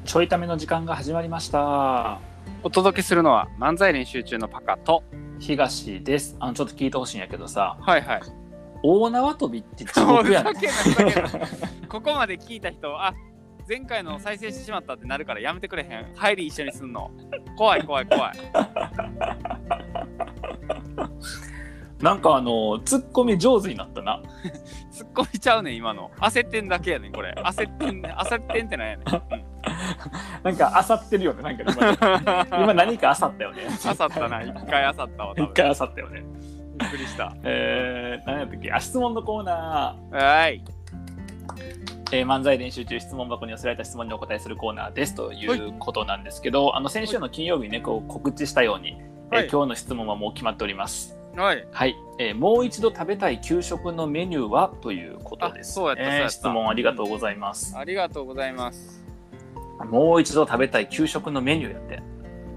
ちょいための時間が始まりました。 お届けするのは漫才練習中のパカと東です。ちょっと聞いてほしいんやけどさ、 はいはい。 大縄跳びって地獄やねん。 ここまで聞いた人、前回の再生してしまったってなるからやめてくれへん。入り一緒にすんの。怖い。 なんかツッコミ上手になったな。 ツッコミちゃうねん今の。焦ってんだけやねんこれ。焦ってんってなんやねん。 なんかあさってるよね。なんか今何かあさったよね。 あさったな。一回あさったわ。 一回あさったよね。 びっくりした。 何やったっけ？質問のコーナー。はい。 漫才練習中質問箱に寄せられた質問にお答えするコーナーですということなんですけど、先週の金曜日にねこう告知したように、今日の質問はもう決まっております。はい、もう一度食べたい給食のメニューはということです。 そうやった。 質問ありがとうございます。 ありがとうございます。 もう一度食べたい給食のメニューやって。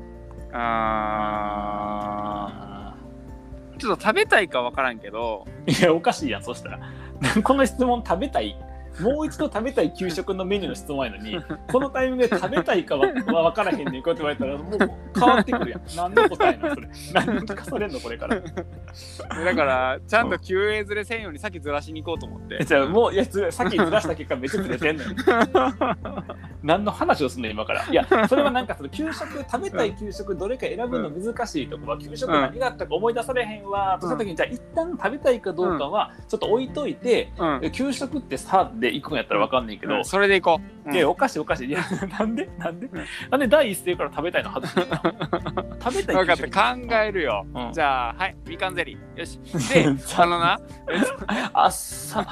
ちょっと食べたいか分からんけど。 いやおかしいやん。そしたらこの質問食べたいもう一度食べたい給食のメニューの質問やのにこのタイミングで食べたいかは分からへんねんこうやって言われたらもう変わってくるやん。何の答えなのそれ。何聞かされんのこれから。 だからちゃんと QA ずれせんように先ずらしに行こうと思って。 じゃあもう先ずらした結果めっちゃずれてんのよ。何の話をすんの今から。いやそれはなんかその給食食べたい給食どれか選ぶの難しいとかは給食何があったか思い出されへんわとした時にじゃあ一旦食べたいかどうかはちょっと置いといて、給食ってさで行くんやったら分かんないけど、 それで行こう。おかしい。いやなんで第一声から食べたいの外してた。食べたい分かった考えるよ。じゃあはいみかんゼリーよし。であっさ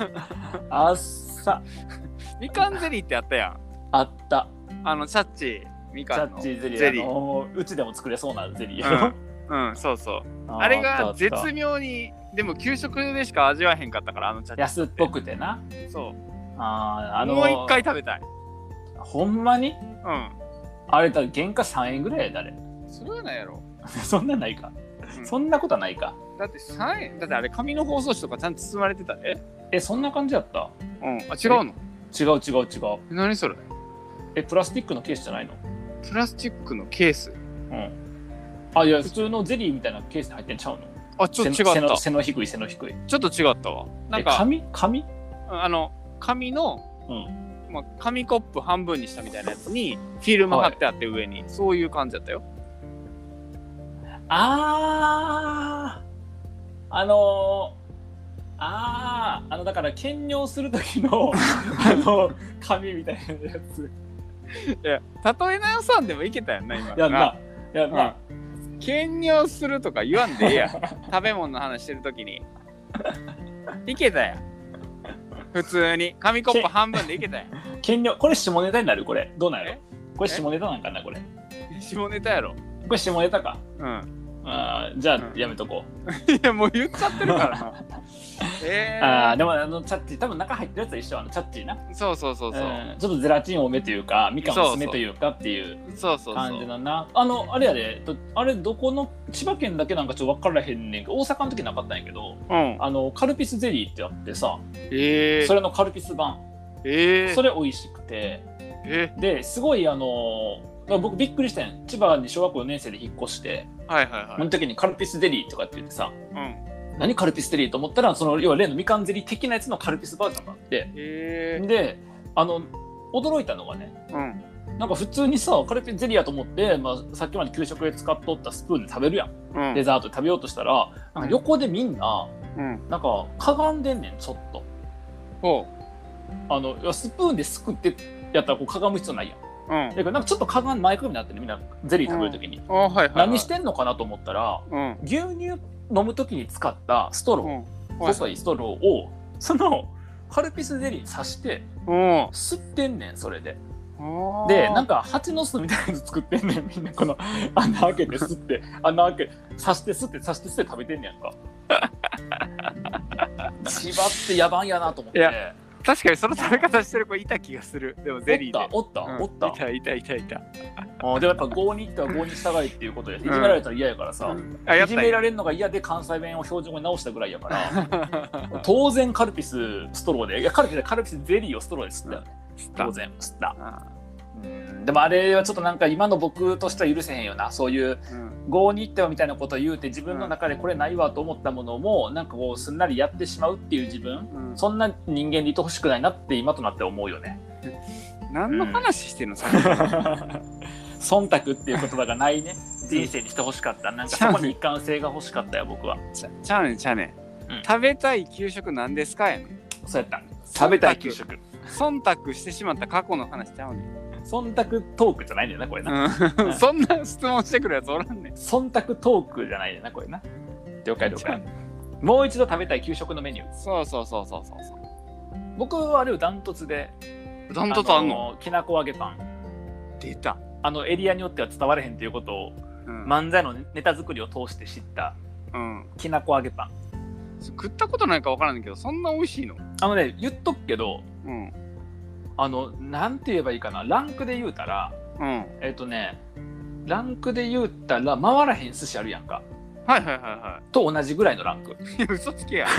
みかんゼリーってあったやん。 あった。 チャッチーみかんのチャッチーゼリー。うちでも作れそうなゼリーやろ。そう。あれが絶妙にでも給食でしか味わえへんかったからチャッチー安っぽくてな。 そう。もう一回食べたい。 ほんまに？あれだ原価3円ぐらいや誰？ それはないやろ。 そんなないか。そんなことはないか。 だって3円だってあれ紙の包装紙とかちゃんと包まれてたで。 そんな感じやった？ 違うの？ 違う。 何それ？ プラスチックのケースじゃないの？ プラスチックのケース？ いや普通のゼリーみたいなケースに入ってんちゃうの？ ちょっと違った。 背の低い。ちょっと違ったわ。なんか紙？ 紙の、紙コップ半分にしたみたいなやつにフィルム貼ってあって上に、そういう感じだったよ。 だから検尿する時の紙みたいなやつ。 いや例えなよさんでもいけたやんな今。 やんな。 検尿するとか言わんでええやん。食べ物の話してる時にいけたやん。普通に紙コップ半分でいけたやん。 検尿これ下ネタになる？これどうなる？これ下ネタなんかなこれ。 下ネタやろ。 これ下ネタか。じゃあやめとこう。 いやもう言っちゃってるからな。 でもチャッチー多分中入ってるやつは一緒。チャッチーな。 そう。 ちょっとゼラチン多めというかみかん薄めというかっていう感じのな。あれやであれどこの千葉県だけなんかちょっと分からへんねんけど大阪の時なかったんやけど、カルピスゼリーってあってさ、それのカルピス版、それ美味しくて、ですごい僕びっくりしたん。千葉に小学校4年生で引っ越して、その時にカルピスゼリーとかって言ってさ、何カルピスゼリーと思ったら要は例のみかんゼリー的なやつのカルピスバージョンがあって、で驚いたのがね、なんか普通にさカルピスゼリーやと思って、さっきまで給食で使っとったスプーンで食べるやん、デザートで食べようとしたらなんか横でみんな、なんかかがんでんねんちょっと。スプーンですくってやったらこうかがむ必要ないやん。だからなんかちょっとかがん前かがみになってねみんなゼリー食べるときに、何してんのかなと思ったら、牛乳飲むときに使ったストロー、細いストローをそのカルピスゼリーに刺して吸ってんねん。それでなんか蜂の巣みたいなやつ作ってんねんみんな。この穴開けて吸って穴開け刺して吸って食べてんねやんか。千葉って野蛮やなと思って。 確かにその食べ方してる子いた気がする。でもゼリーでおった。 いた。 でもやっぱ郷に行っては郷に従いっていうことで、いじめられたら嫌やからさ、いじめられるのが嫌で関西弁を標準語に直したぐらいやから当然カルピスストローで、カルピスゼリーをストローで吸ったよね。当然吸った。 でもあれはちょっとなんか今の僕としては許せへんよな。そういう郷に行ってはみたいなことを言うて自分の中でこれないわと思ったものもなんかこうすんなりやってしまうっていう自分、そんな人間でいてほしくないなって今となって思うよね。 何の話してんの、さっき忖度っていう言葉がないね人生にしてほしかった。なんかそこに一貫性が欲しかったよ僕は。 ちゃうねん、食べたい給食なんですかやねん。 そうやった。食べたい給食。 忖度してしまった過去の話ちゃうねん。 忖度トークじゃないんだよなこれな、 そんな質問してくるやつおらんねん。 忖度トークじゃないんだよなこれな。了解了解。もう一度食べたい給食のメニュー。 そう僕はあれをダントツで。 ダントツあんの？ きなこ揚げパン。 出た。 エリアによっては伝われへんということを、漫才のネタ作りを通して知った、きなこ揚げパン。 食ったことないか分からんけどそんな美味しいの？ 言っとくけど、なんて言えばいいかな、ランクで言うたら、ランクで言うたら回らへん寿司あるやんか。 はいと同じぐらいのランク。 嘘つけや。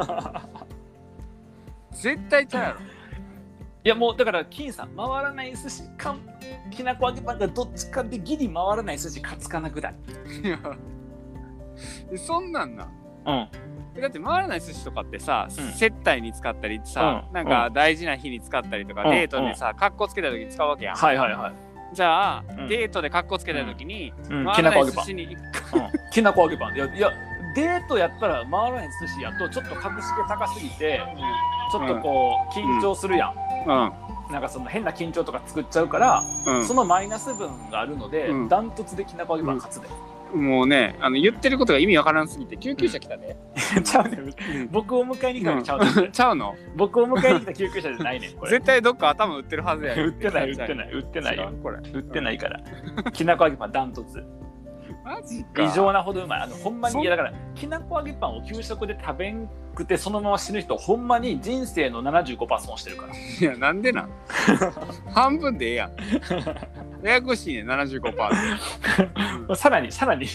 絶対ちゃうやろ。 いやもうだから金さん回らない寿司かきなこ揚げパンがどっちかでギリ回らない寿司勝つかなぐらい。 いやそんなんな。だって回らない寿司とかってさ、接待に使ったりさ、なんか大事な日に使ったりとか、デートでさ、カッコつけた時に使うわけやん。じゃあ、デートでカッコつけた時に、回らない寿司にきなこ揚げパン。いやデートやったら回らない寿司やとちょっと格式高すぎて、ちょっとこう緊張するやん。なんかその変な緊張とか作っちゃうから、そのマイナス分があるので、ダントツできなこ揚げパン勝つで。 もうね、言ってることが意味わからんすぎて救急車来たで。 ちゃうねん。僕を迎えに来たらちゃうねん。 ちゃうの？ 僕を迎えに来た救急車じゃないねん。これ絶対どっか頭打ってるはずや。 売ってないよ。これ売ってないから。きなこ揚げパンダントツ。 マジか。 異常なほどうまい。ほんまに、いやだからきなこ揚げパンを給食で食べんくてそのまま死ぬ人、ほんまに人生の 75% 損してるから。 いやなんでなん半分でええやん。ややこしいね 75%、 さらに、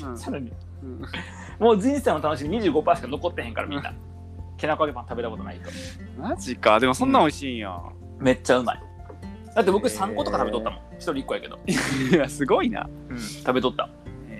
もう人生の楽しみ 25% しか残ってへんからみんな。きなこ揚げパン食べたことないと。 マジか。でもそんな美味しいんや、 めっちゃうまい。だって僕3個とか食べとったもん。1人1個やけど。 いやすごいな、 食べとった。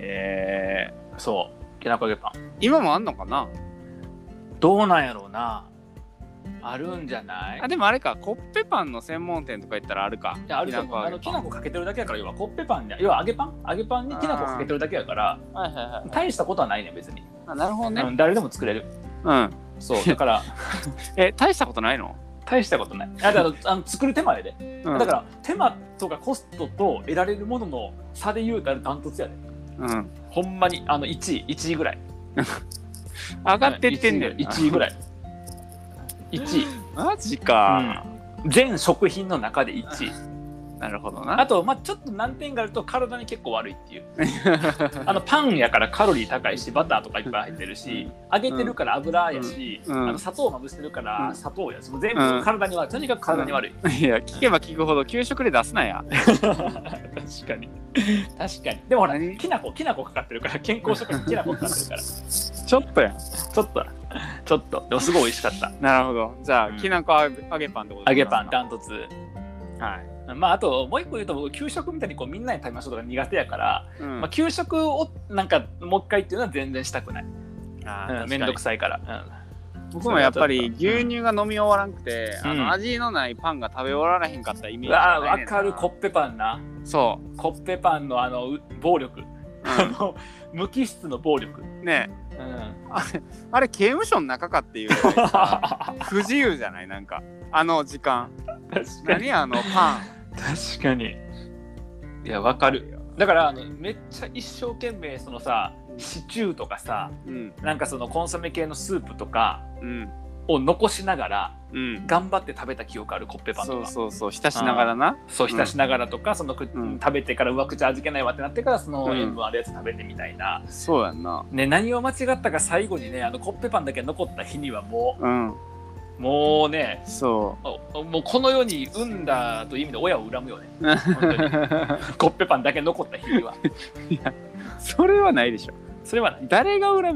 そうきなこ揚げパン今もあんのかな。 どうなんやろうな。あるんじゃない？ でもあれか、コッペパンの専門店とか行ったらあるか。 いやあると思う。きなこかけてるだけやから。要はコッペパンで、要は揚げパンにきなこかけてるだけやから、大したことはないね別に。 なるほどね、 誰でも作れる。そうだから大したことないの？ 大したことない。作る手間やで、だから手間とかコストと得られるものの差で言うたらダントツやで、ほんまに1位ぐらい上がってってんねん。 1位ぐらい。1位。 マジか、 全食品の中で1位。 なるほどな。 あと、ちょっと難点があると体に結構悪いっていうパンやからカロリー高いしバターとかいっぱい入ってるし、揚げてるから油やし、砂糖をまぶしてるから砂糖やし、全部体に悪い。とにかく体に悪い。 いや聞けば聞くほど給食で出すなや。 確かに。でもほらきなこかかってるから、健康食品きなこかかってるから。 ちょっとやん。 ちょっとでもすごい美味しかった。 なるほど。じゃあ、きなこ揚げパンってことですか？ 揚げパンダントツ。 はい。 あともう一個言うと、僕給食みたいにみんなで食べましょうとか苦手やから、給食をなんかもう一回っていうのは全然したくない。めんどくさいから。 僕もやっぱり牛乳が飲み終わらんくて、味のないパンが食べ終わらへんかったイメージがないねんな。わかる。コッペパンな。そうコッペパンの暴力、無機質の暴力ね。あれ刑務所の中かっていう不自由じゃない？なんか時間。何パン。確かに。いやわかる。だからめっちゃ一生懸命そのさ、シチューとかさ、なんかそのコンソメ系のスープとかを残しながら、頑張って食べた記憶ある。コッペパンとか。そう浸しながらな。そう浸しながらとか、その食べてからうわ口味気ないわってなってから、その塩分あるやつ食べてみたいな。そうやんな。ね、何を間違ったか最後にね、コッペパンだけ残った日にはもうね、もうこの世に産んだという意味で親を恨むよね。本当にコッペパンだけ残った日には。いやそれはないでしょ。それはない。誰が恨むね。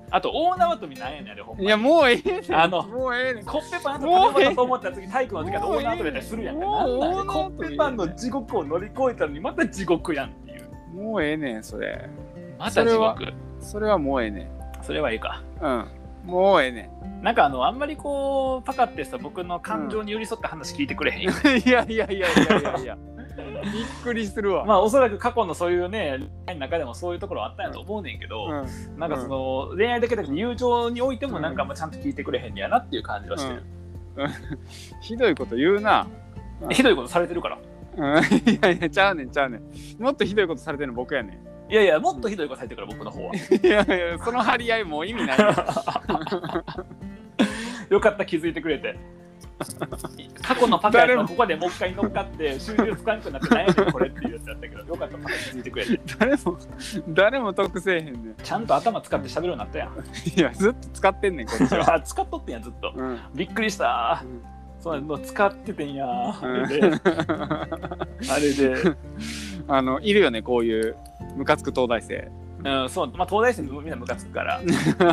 あと大縄跳びなんやねんあれほんまに。 いやもうええねん。 もうええねん。コッペパンと食べ物と思ったら次体育の時間で大縄跳びやったりするやんか。なんだねコッペパンの地獄を乗り越えたのにまた地獄やんっていう。 もうええねんそれ。 また地獄。 それはもうええねん。 それはいいか。 うん。もうええねん。なんかあんまりこうパカってさ僕の感情に寄り添った話聞いてくれへんよ、 ね。いや。びっくりするわ。 まあおそらく過去のそういうね恋愛の中でもそういうところあったんやと思うねんけど、なんかその恋愛だけだけど友情においてもなんかちゃんと聞いてくれへんねやなっていう感じはしてる。 ひどいこと言うな。 ひどいことされてるから。 いやちゃうねん。もっとひどいことされてるの僕やねん。 いやもっとひどいことされてるから僕の方は。 いやその張り合いもう意味ない。 よかった気づいてくれて。過去のパカがここでもう一回乗っかって収入つかんくなって悩んでるこれっていうやつだったけどよかったパカ気づいてくれて。 誰も得せえへんねん。 ちゃんと頭使って喋るようになったやん。 いやずっと使ってんねんこっちは。 使っとってんやずっと。びっくりした。そういうの使っててんや。あれでいるよねこういうムカつく東大生。 そう、まあ東大生みんなムカつくから。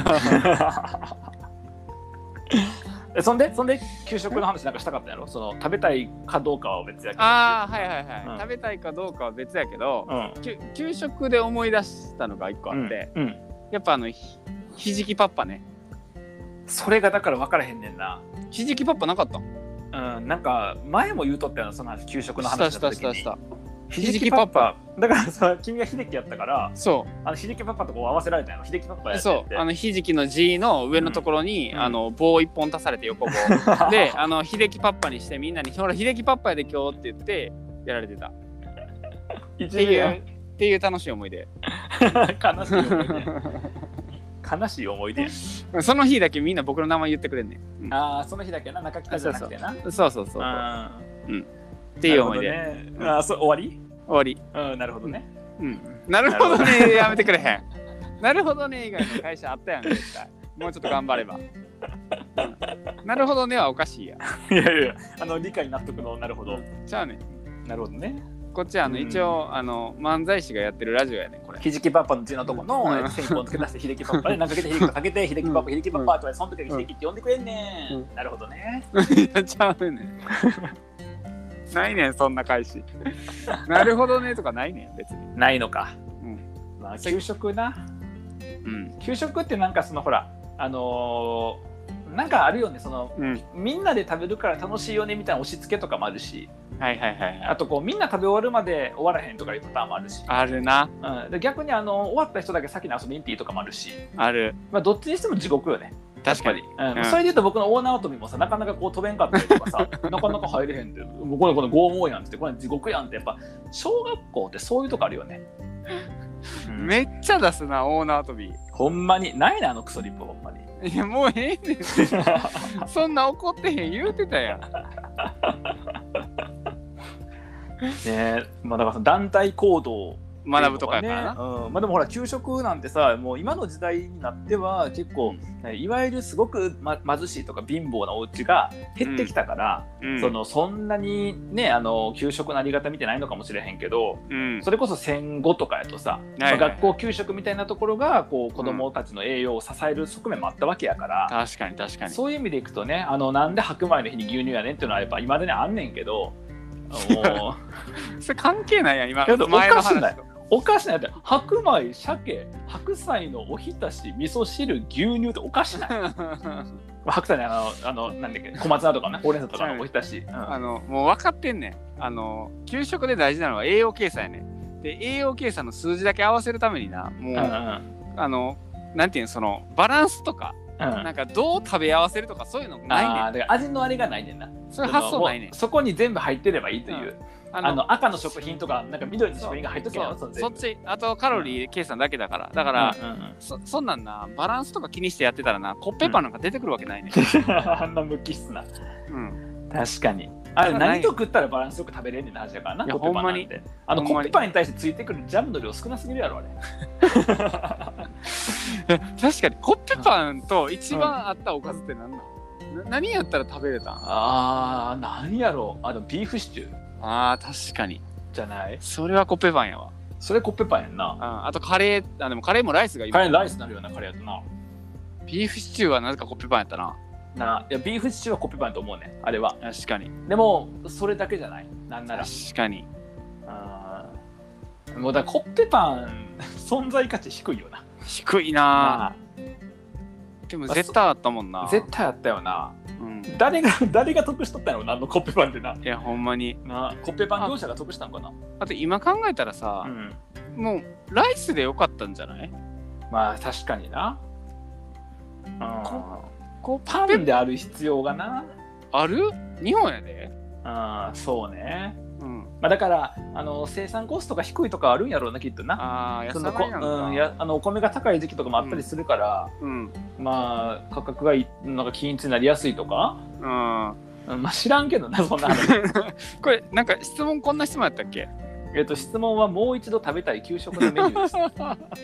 そんで給食の話なんかしたかったやろ。その食べたいかどうかは別やけど。 はい、食べたいかどうかは別やけど、給食で思い出したのが一個あって、やっぱひじきパッパね。 それがだから分からへんねんな。 ひじきパッパなかったん？なんか前も言うとったよなその話給食の話した時に。 した。 ひじきパッパだからさ君がひできやったからそうひじきパッパとこう合わせられたのひできパッパやってそうひじきの字の上のところに、棒一本足されて横棒でひできパッパにしてみんなにほらひできパッパやで今日って言ってやられてたっていう楽しい思い出。 悲しい思い出その日だけみんな僕の名前言ってくれんねん。 その日だけな中北じゃなくてな。 そうっていう思い出。 終わり？ 終わり。 なるほどね。 なるほどねやめてくれへん。なるほどね以外の会社あったやん絶対。もうちょっと頑張れば。なるほどねはおかしいや。 いや理解納得のなるほど。 ちゃうね。 なるほどね。 こっちは一応漫才師がやってるラジオやねこれ。 ひじきパッパの字のとこの線香をつけ出してひできパッパでなんかけてひできかけてひできパッパひできパッパとかその時にひできって呼んでくれんねん。なるほどね。 ちゃうねん。ないねんそんな返し。なるほどねとかないねん別に。 ないのか。まあ給食な。給食ってなんかそのほらなんかあるよねその、みんなで食べるから楽しいよねみたいな押し付けとかもあるし。あとこうみんな食べ終わるまで終わらへんとかいうパターンもあるし。 あるな。 で逆に終わった人だけ先に遊びに行っていいとかもあるし。 ある。 まあどっちにしても地獄よね。 確かに。 それで言うと僕の大縄跳びもさなかなかこう飛べんかったりとかさなかなか入れへんってこれ拷問やんってこれ地獄やんってやっぱ小学校ってそういうとこあるよね。 めっちゃ出すな大縄跳び。 ほんまにないなクソリップほんまに。 いやもうええねん。そんな怒ってへん言うてたやん。 ねまあだからその団体行動学ぶとかやからな。 まあでもほら給食なんてさもう今の時代になっては結構、いわゆるすごく、貧しいとか貧乏なお家が減ってきたから、そんなにね給食のあり方見てないのかもしれへんけど、それこそ戦後とかやとさ、学校給食みたいなところがこう子どもたちの栄養を支える側面もあったわけやから、 確かにそういう意味でいくとねなんで白米の日に牛乳やねんっていうのはやっぱ今までにあんねんけどそれ関係ないやん今前の話と。おかしないって白米、鮭、白菜のおひたし、味噌汁、牛乳っておかしない白菜ねなんだっけ小松菜とかねほうれん草とかのおひたし、 もう分かってんねん給食で大事なのは栄養計算やねん。で栄養計算の数字だけ合わせるためになもう、なんていうのそのバランスとか、なんかどう食べ合わせるとかそういうのないねん。 だから味のあれがないねんな。 そういう発想ないねん。 そこに全部入ってればいいという、赤の食品とかなんか緑の食品が入っとけよ。 そっちあとカロリー計算だけだからだから、そんなんなバランスとか気にしてやってたらなコッペパンなんか出てくるわけないねん。 あんな無機質な。確かにあれ何と食ったらバランスよく食べれるねんって話だからな。コッペパンなんてコッペパンに対してついてくるジャムの量少なすぎるやろあれ。確かにコッペパンと一番あったおかずって何なの？何やったら食べれたん？ 何やろうビーフシチュー。 確かにじゃない？ それはコッペパンやわ。 それコッペパンやんな。 あとカレーでもカレーもライスがいい。 カレーライスになるようなカレーやとな。 ビーフシチューはなぜかコッペパンやったな。 いやビーフシチューはコッペパンと思うねあれは。 確かに。 でもそれだけじゃない。なんなら確かに。 もうだからコッペパン存在価値低いよな。 低いな。でも絶対あったもんな。 絶対あったよな。誰が得しとったんやろな、あのコッペパンってな。 いやほんまにな。コッペパン業者が得したんかな。 あと今考えたらさ、もうライスでよかったんじゃない？ まあ確かにな。こうパンである必要がな。 ある？日本やで。 そうね。まあ、だから生産コストが低いとかあるんやろうなきっとな。お米が高い時期とかもあったりするから、まあ価格がなんか均一になりやすいとか、まあ知らんけどなそんな話。 これなんか質問こんな質問やったっけ？ 質問はもう一度食べたい給食のメニューです。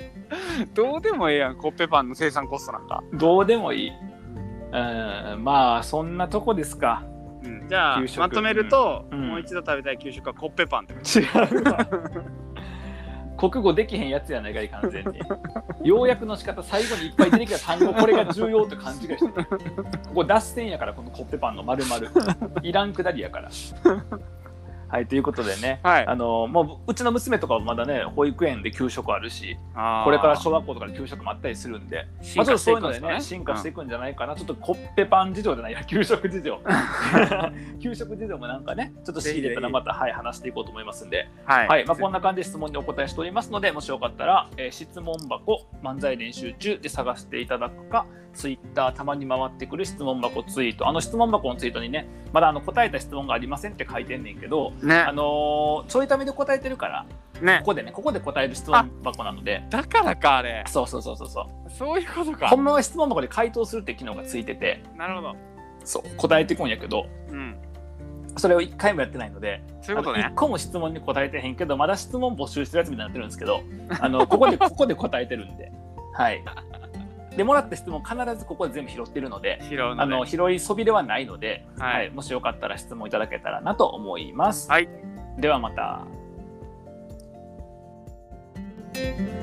どうでもいいやんコッペパンの生産コストなんか。 どうでもいい。まあそんなとこですか。 じゃあまとめると、もう一度食べたい給食はコッペパンって。 違うわ。国語できへんやつやないかい完全に。要約の仕方最後にいっぱい出てきた単語これが重要って勘違いしてる。ここ脱線やからこのコッペパンの丸々いらんくだりやから。はいということでね、もううちの娘とかはまだね保育園で給食あるし、これから小学校とかで給食もあったりするんで、ちょっとそういうのでね進化していくんじゃないかな。ちょっとコッペパン事情じゃないや給食事情給食事情もなんかねちょっと仕入れたらまた話していこうと思いますんで、こんな感じで質問にお答えしておりますので、もしよかったら、質問箱漫才練習中で探していただくか、ツイッターたまに回ってくる質問箱ツイート、質問箱のツイートにねまだ答えた質問がありませんって書いてんねんけど、ちょいためで答えてるから、ここで答える質問箱なので。 だからかあれ。 そうそういうことか。 ほんまは質問箱で回答するって機能がついてて、 なるほど。 そう答えていくんやけど、それを1回もやってないので、 そういうことね。 1個も質問に答えてへんけどまだ質問募集してるやつみたいになってるんですけど、ここで答えてるんで、でもらった質問必ずここで全部拾ってるので、拾いそびれはないので、もしよかったら質問いただけたらなと思います。ではまた。